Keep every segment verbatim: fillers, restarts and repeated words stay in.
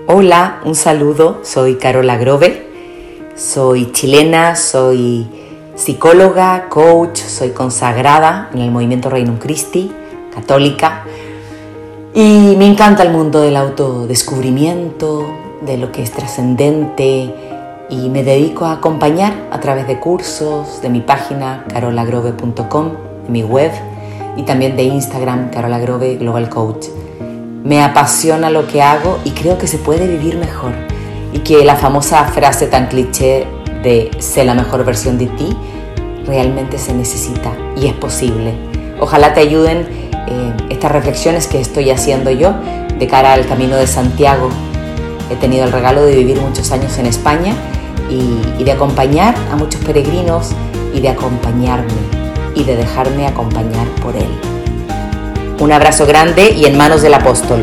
Hola, un saludo, soy Carola Grove, soy chilena, soy psicóloga, coach, soy consagrada en el movimiento Regnum Christi, católica, y me encanta el mundo del autodescubrimiento, de lo que es trascendente, y me dedico a acompañar a través de cursos, de mi página carola grove punto com, de mi web y también de Instagram, Carola Grove Global Coach. Me apasiona lo que hago y creo que se puede vivir mejor y que la famosa frase tan cliché de sé la mejor versión de ti realmente se necesita y es posible. Ojalá te ayuden eh, estas reflexiones que estoy haciendo yo de cara al Camino de Santiago. He tenido el regalo de vivir muchos años en España y, y de acompañar a muchos peregrinos y de acompañarme y de dejarme acompañar por él. Un abrazo grande y en manos del apóstol.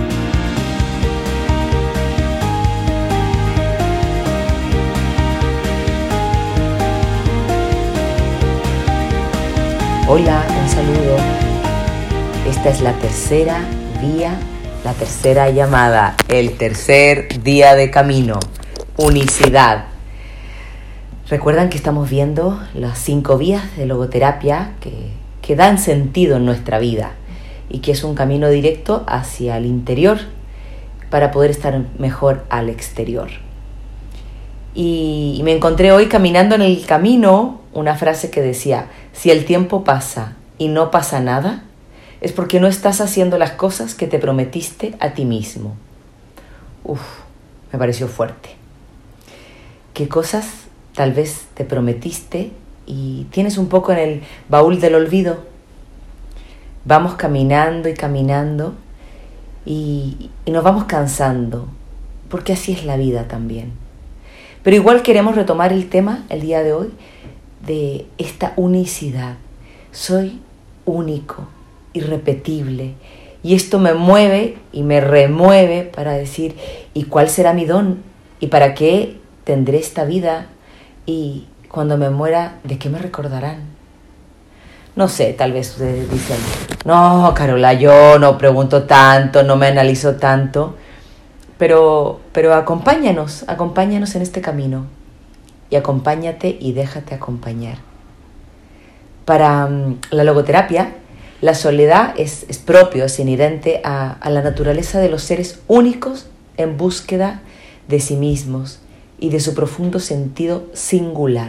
Hola, un saludo. Esta es la tercera vía, la tercera llamada, el tercer día de camino, unicidad. Recuerdan que estamos viendo las cinco vías de logoterapia que, que dan sentido en nuestra vida y que es un camino directo hacia el interior para poder estar mejor al exterior. Y, y me encontré hoy caminando en el camino una frase que decía: si el tiempo pasa y no pasa nada, es porque no estás haciendo las cosas que te prometiste a ti mismo. Uf, me pareció fuerte. ¿Qué cosas tal vez te prometiste y tienes un poco en el baúl del olvido? Vamos caminando y caminando y, y nos vamos cansando, porque así es la vida también. Pero igual queremos retomar el tema el día de hoy de esta unicidad. Soy único, irrepetible, y esto me mueve y me remueve para decir, ¿y cuál será mi don? ¿Y para qué tendré esta vida? Y cuando me muera, ¿de qué me recordarán? No sé, tal vez ustedes dicen, no, Carola, yo no pregunto tanto, no me analizo tanto, pero, pero acompáñanos, acompáñanos en este camino y acompáñate y déjate acompañar. Para um, la logoterapia, la soledad es, es propio, es inherente a, a la naturaleza de los seres únicos en búsqueda de sí mismos y de su profundo sentido singular.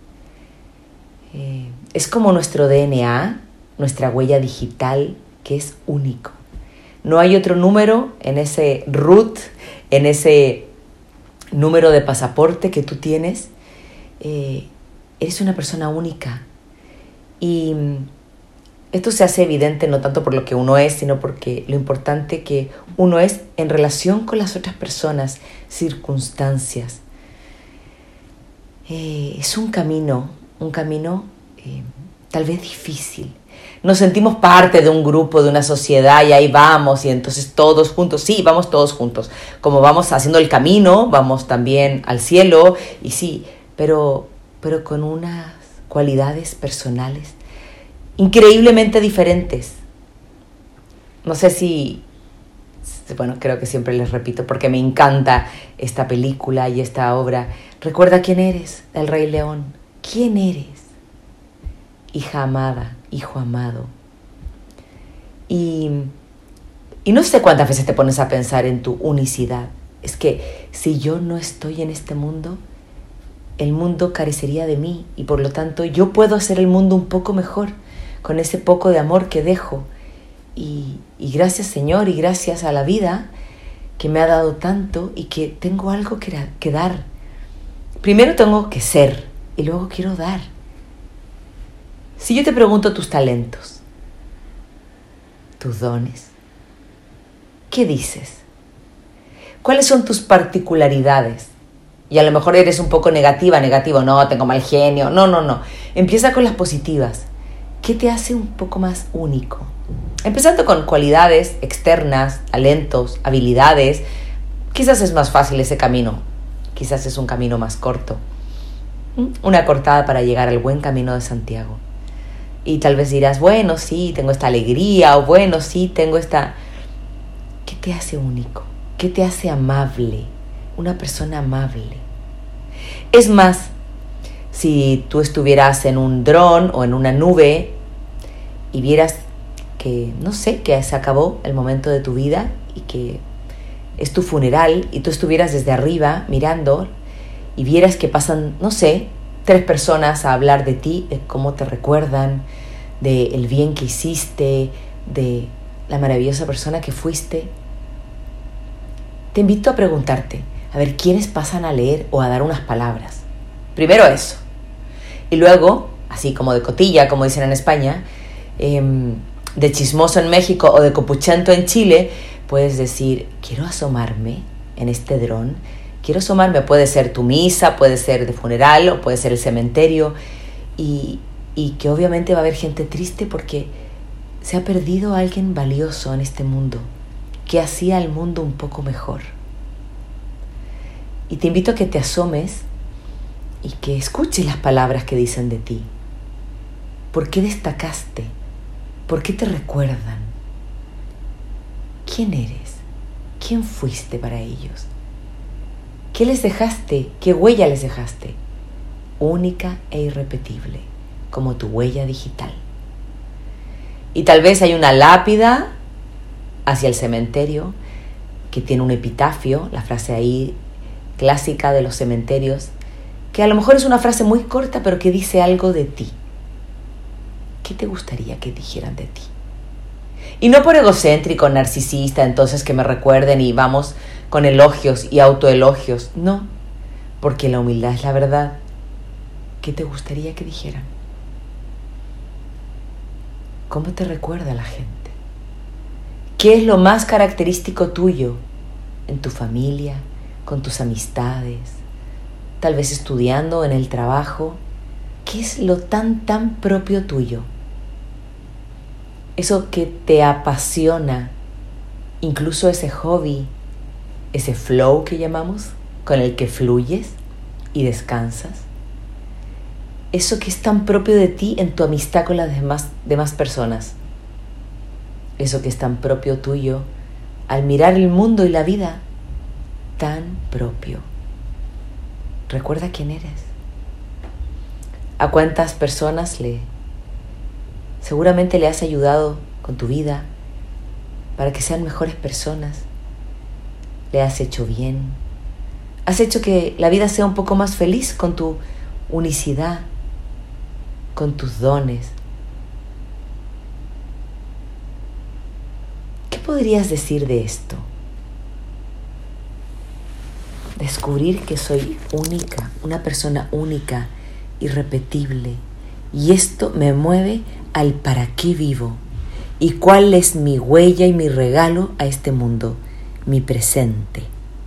Eh, es como nuestro D N A, nuestra huella digital, que es único. No hay otro número en ese root, en ese número de pasaporte que tú tienes. Eh, eres una persona única. Y esto se hace evidente no tanto por lo que uno es, sino porque lo importante que uno es en relación con las otras personas, circunstancias. Eh, es un camino, un camino eh, tal vez difícil. Nos sentimos parte de un grupo, de una sociedad, y ahí vamos, y entonces todos juntos, sí, vamos todos juntos. Como vamos haciendo el camino, vamos también al cielo, y sí, pero, pero con unas cualidades personales increíblemente diferentes. No sé si, bueno, creo que siempre les repito, porque me encanta esta película y esta obra. Recuerda quién eres, el Rey León. ¿Quién eres? Hija amada, hijo amado. Y, y no sé cuántas veces te pones a pensar en tu unicidad. Es que si yo no estoy en este mundo, el mundo carecería de mí y por lo tanto yo puedo hacer el mundo un poco mejor con ese poco de amor que dejo. Y, y gracias, Señor, y gracias a la vida que me ha dado tanto y que tengo algo que, que dar. Primero tengo que ser y luego quiero dar. Si yo te pregunto tus talentos, tus dones, ¿qué dices? ¿Cuáles son tus particularidades? Y a lo mejor eres un poco negativa, negativo, no, tengo mal genio, no, no, no. Empieza con las positivas. ¿Qué te hace un poco más único? Empezando con cualidades externas, talentos, habilidades. Quizás es más fácil ese camino, quizás es un camino más corto. Una cortada para llegar al buen camino de Santiago. Y tal vez dirás, bueno, sí, tengo esta alegría, o bueno, sí, tengo esta... ¿Qué te hace único? ¿Qué te hace amable? Una persona amable. Es más, si tú estuvieras en un dron o en una nube y vieras que, no sé, que se acabó el momento de tu vida y que es tu funeral y tú estuvieras desde arriba mirando y vieras que pasan, no sé, tres personas a hablar de ti, de cómo te recuerdan, de el bien que hiciste, de la maravillosa persona que fuiste. Te invito a preguntarte, a ver, ¿quiénes pasan a leer o a dar unas palabras? Primero eso. Y luego, así como de cotilla, como dicen en España, eh, de chismoso en México o de copuchento en Chile, puedes decir, quiero asomarme en este dron, quiero asomarme, puede ser tu misa, puede ser de funeral o puede ser el cementerio, y, y que obviamente va a haber gente triste porque se ha perdido a alguien valioso en este mundo, que hacía el mundo un poco mejor. Y te invito a que te asomes y que escuches las palabras que dicen de ti. ¿Por qué destacaste? ¿Por qué te recuerdan? ¿Quién eres? ¿Quién fuiste para ellos? ¿Qué les dejaste? ¿Qué huella les dejaste? Única e irrepetible, como tu huella digital. Y tal vez hay una lápida hacia el cementerio que tiene un epitafio, la frase ahí clásica de los cementerios, que a lo mejor es una frase muy corta, pero que dice algo de ti. ¿Qué te gustaría que dijeran de ti? Y no por egocéntrico, narcisista, entonces que me recuerden y vamos con elogios y autoelogios. No, porque la humildad es la verdad. ¿Qué te gustaría que dijeran? ¿Cómo te recuerda la gente? ¿Qué es lo más característico tuyo en tu familia, con tus amistades, tal vez estudiando, en el trabajo? ¿Qué es lo tan, tan propio tuyo? Eso que te apasiona, incluso ese hobby, ese flow que llamamos, con el que fluyes y descansas. Eso que es tan propio de ti en tu amistad con las demás, demás personas. Eso que es tan propio tuyo al mirar el mundo y la vida, tan propio. Recuerda quién eres. ¿A cuántas personas le seguramente le has ayudado con tu vida para que sean mejores personas? Le has hecho bien. Has hecho que la vida sea un poco más feliz con tu unicidad, con tus dones. ¿Qué podrías decir de esto? Descubrir que soy única, una persona única, irrepetible. Y esto me mueve al para qué vivo y cuál es mi huella y mi regalo a este mundo, mi presente.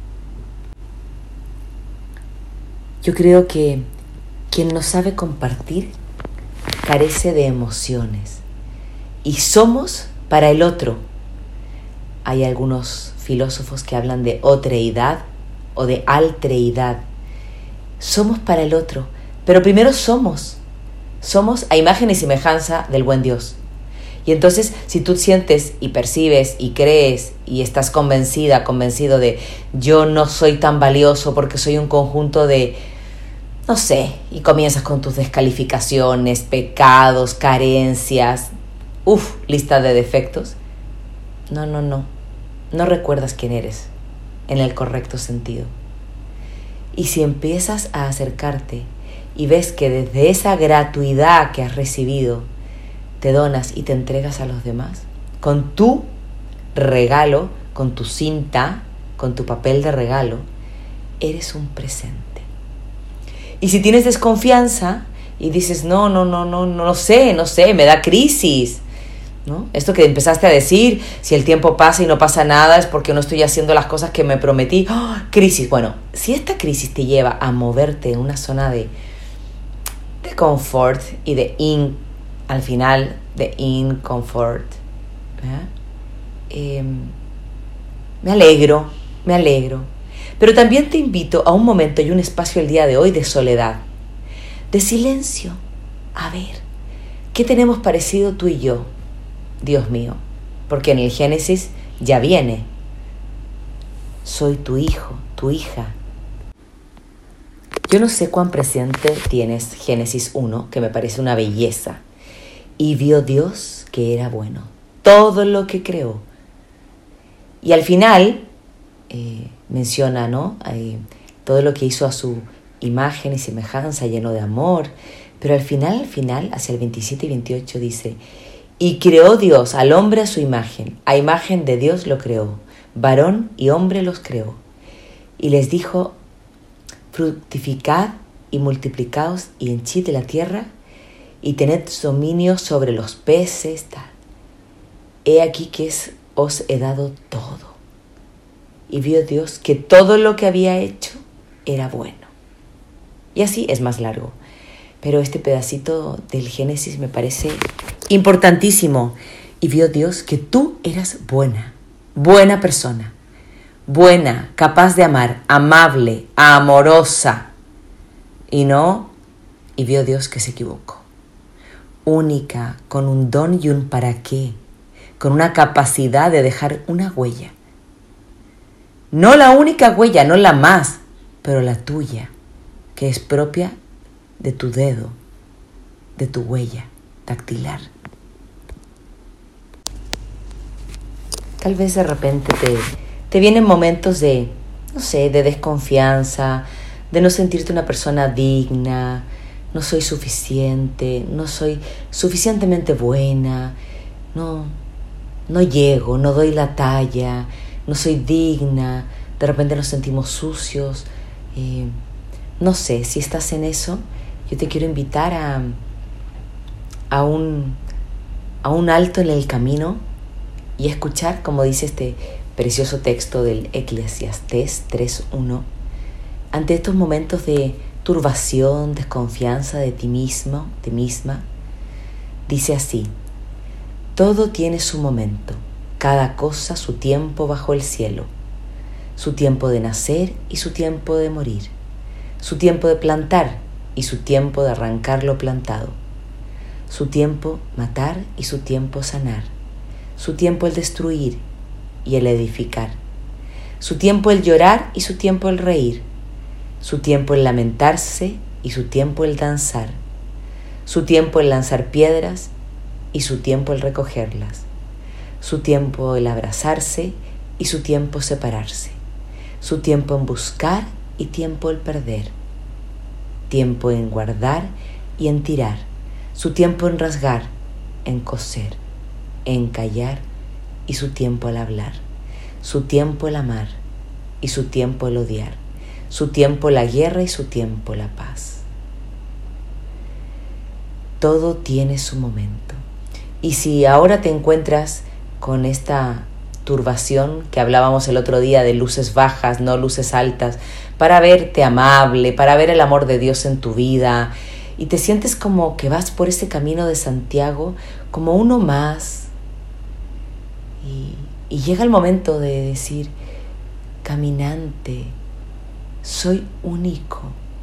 Yo creo que quien no sabe compartir carece de emociones y somos para el otro. Hay algunos filósofos que hablan de otreidad o de altreidad. Somos para el otro, pero primero somos. Somos a imagen y semejanza del buen Dios. Y entonces, si tú sientes y percibes y crees y estás convencida, convencido de yo no soy tan valioso porque soy un conjunto de, no sé, y comienzas con tus descalificaciones, pecados, carencias, uff, lista de defectos. No, no, no. No recuerdas quién eres en el correcto sentido. Y si empiezas a acercarte y ves que desde esa gratuidad que has recibido te donas y te entregas a los demás, con tu regalo, con tu cinta, con tu papel de regalo, eres un presente. Y si tienes desconfianza y dices, no, no, no, no, no sé, no sé, me da crisis, ¿no? Esto que empezaste a decir, si el tiempo pasa y no pasa nada es porque no estoy haciendo las cosas que me prometí. ¡Oh, crisis! Bueno, si esta crisis te lleva a moverte en una zona de, de confort y de in, al final de inconfort, eh, me alegro, me alegro. Pero también te invito a un momento y un espacio el día de hoy de soledad, de silencio. A ver, ¿qué tenemos parecido tú y yo? Dios mío, porque en el Génesis ya viene. soy tu hijo, tu hija. Yo no sé cuán presente tienes Génesis uno, que me parece una belleza. Y vio Dios que era bueno, todo lo que creó. Y al final eh, menciona, ¿no? Eh, todo lo que hizo a su imagen y semejanza, lleno de amor. Pero al final, al final, hacia el veintisiete y veintiocho dice, y creó Dios al hombre a su imagen, a imagen de Dios lo creó, varón y hombre los creó. Y les dijo, fructificad y multiplicaos y henchid de la tierra y tened dominio sobre los peces, tal. He aquí que es, os he dado todo. Y vio Dios que todo lo que había hecho era bueno. Y así es más largo. Pero este pedacito del Génesis me parece importantísimo. Y vio Dios que tú eras buena, buena persona, buena, capaz de amar, amable, amorosa. Y no, y vio Dios que se equivocó. Única, con un don y un para qué, con una capacidad de dejar una huella. No la única huella, no la más, pero la tuya, que es propia de tu dedo, de tu huella dactilar. Tal vez de repente te, te vienen momentos de, no sé, de desconfianza, de no sentirte una persona digna, no soy suficiente, no soy suficientemente buena, no, no llego, no doy la talla, no soy digna, de repente nos sentimos sucios. Eh, no sé, si estás en eso, yo te quiero invitar a, a, un, a un alto en el camino y escuchar, como dice este precioso texto del Eclesiastés tres uno, ante estos momentos de turbación, desconfianza de ti mismo, ti misma, dice así: todo tiene su momento, cada cosa su tiempo bajo el cielo, su tiempo de nacer y su tiempo de morir, su tiempo de plantar y su tiempo de arrancar lo plantado, su tiempo matar y su tiempo sanar, su tiempo el destruir y el edificar, su tiempo el llorar y su tiempo el reír, su tiempo el lamentarse y su tiempo el danzar, su tiempo el lanzar piedras y su tiempo el recogerlas, su tiempo el abrazarse y su tiempo separarse, su tiempo en buscar y tiempo el perder, tiempo en guardar y en tirar, su tiempo en rasgar, en coser, en callar y su tiempo el hablar, su tiempo el amar y su tiempo el odiar, su tiempo la guerra y su tiempo la paz. Todo tiene su momento. Y si ahora te encuentras con esta turbación que hablábamos el otro día de luces bajas, no luces altas, para verte amable, para ver el amor de Dios en tu vida, y te sientes como que vas por ese camino de Santiago como uno más, y, y llega el momento de decir: caminante, soy único.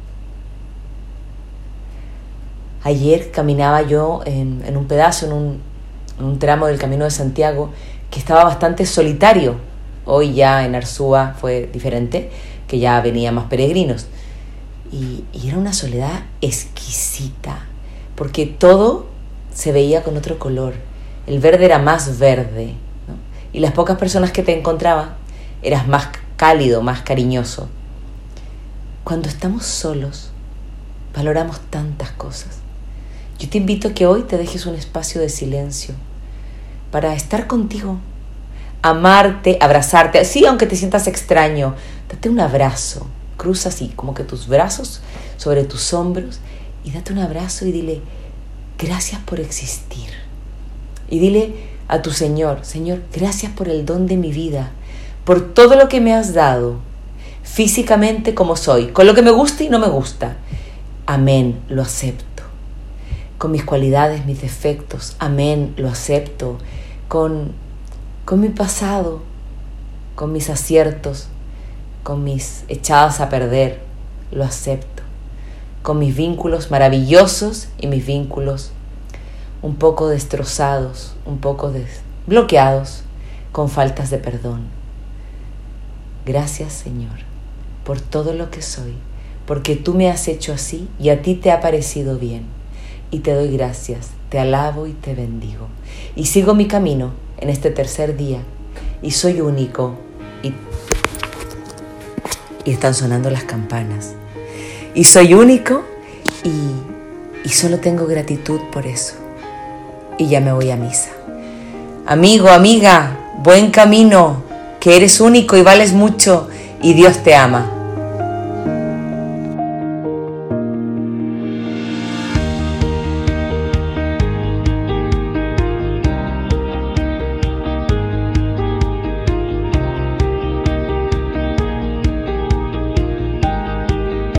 Ayer caminaba yo en, en un pedazo, en un, en un tramo del Camino de Santiago que estaba bastante solitario. Hoy ya en Arzúa fue diferente, que ya venían más peregrinos. Y, y era una soledad exquisita, porque todo se veía con otro color. El verde era más verde, ¿no? Y las pocas personas que te encontraban eras más cálido, más cariñoso. Cuando estamos solos, valoramos tantas cosas. Yo te invito a que hoy te dejes un espacio de silencio para estar contigo, amarte, abrazarte. Sí, aunque te sientas extraño, date un abrazo. Cruza así, como que tus brazos sobre tus hombros y date un abrazo y dile: gracias por existir. Y dile a tu Señor: Señor, gracias por el don de mi vida, por todo lo que me has dado, físicamente como soy, con lo que me gusta y no me gusta. Amén, lo acepto. Con mis cualidades, mis defectos, amén, lo acepto. Con, con mi pasado, con mis aciertos, con mis echadas a perder, lo acepto. Con mis vínculos maravillosos y mis vínculos un poco destrozados, un poco des- bloqueados, con faltas de perdón. Gracias, Señor, por todo lo que soy, porque tú me has hecho así y a ti te ha parecido bien. Y te doy gracias, te alabo y te bendigo. Y sigo mi camino en este tercer día y soy único. Y, y están sonando las campanas. Y soy único y, y solo tengo gratitud por eso. Y ya me voy a misa. Amigo, amiga, buen camino, que eres único y vales mucho y Dios te ama.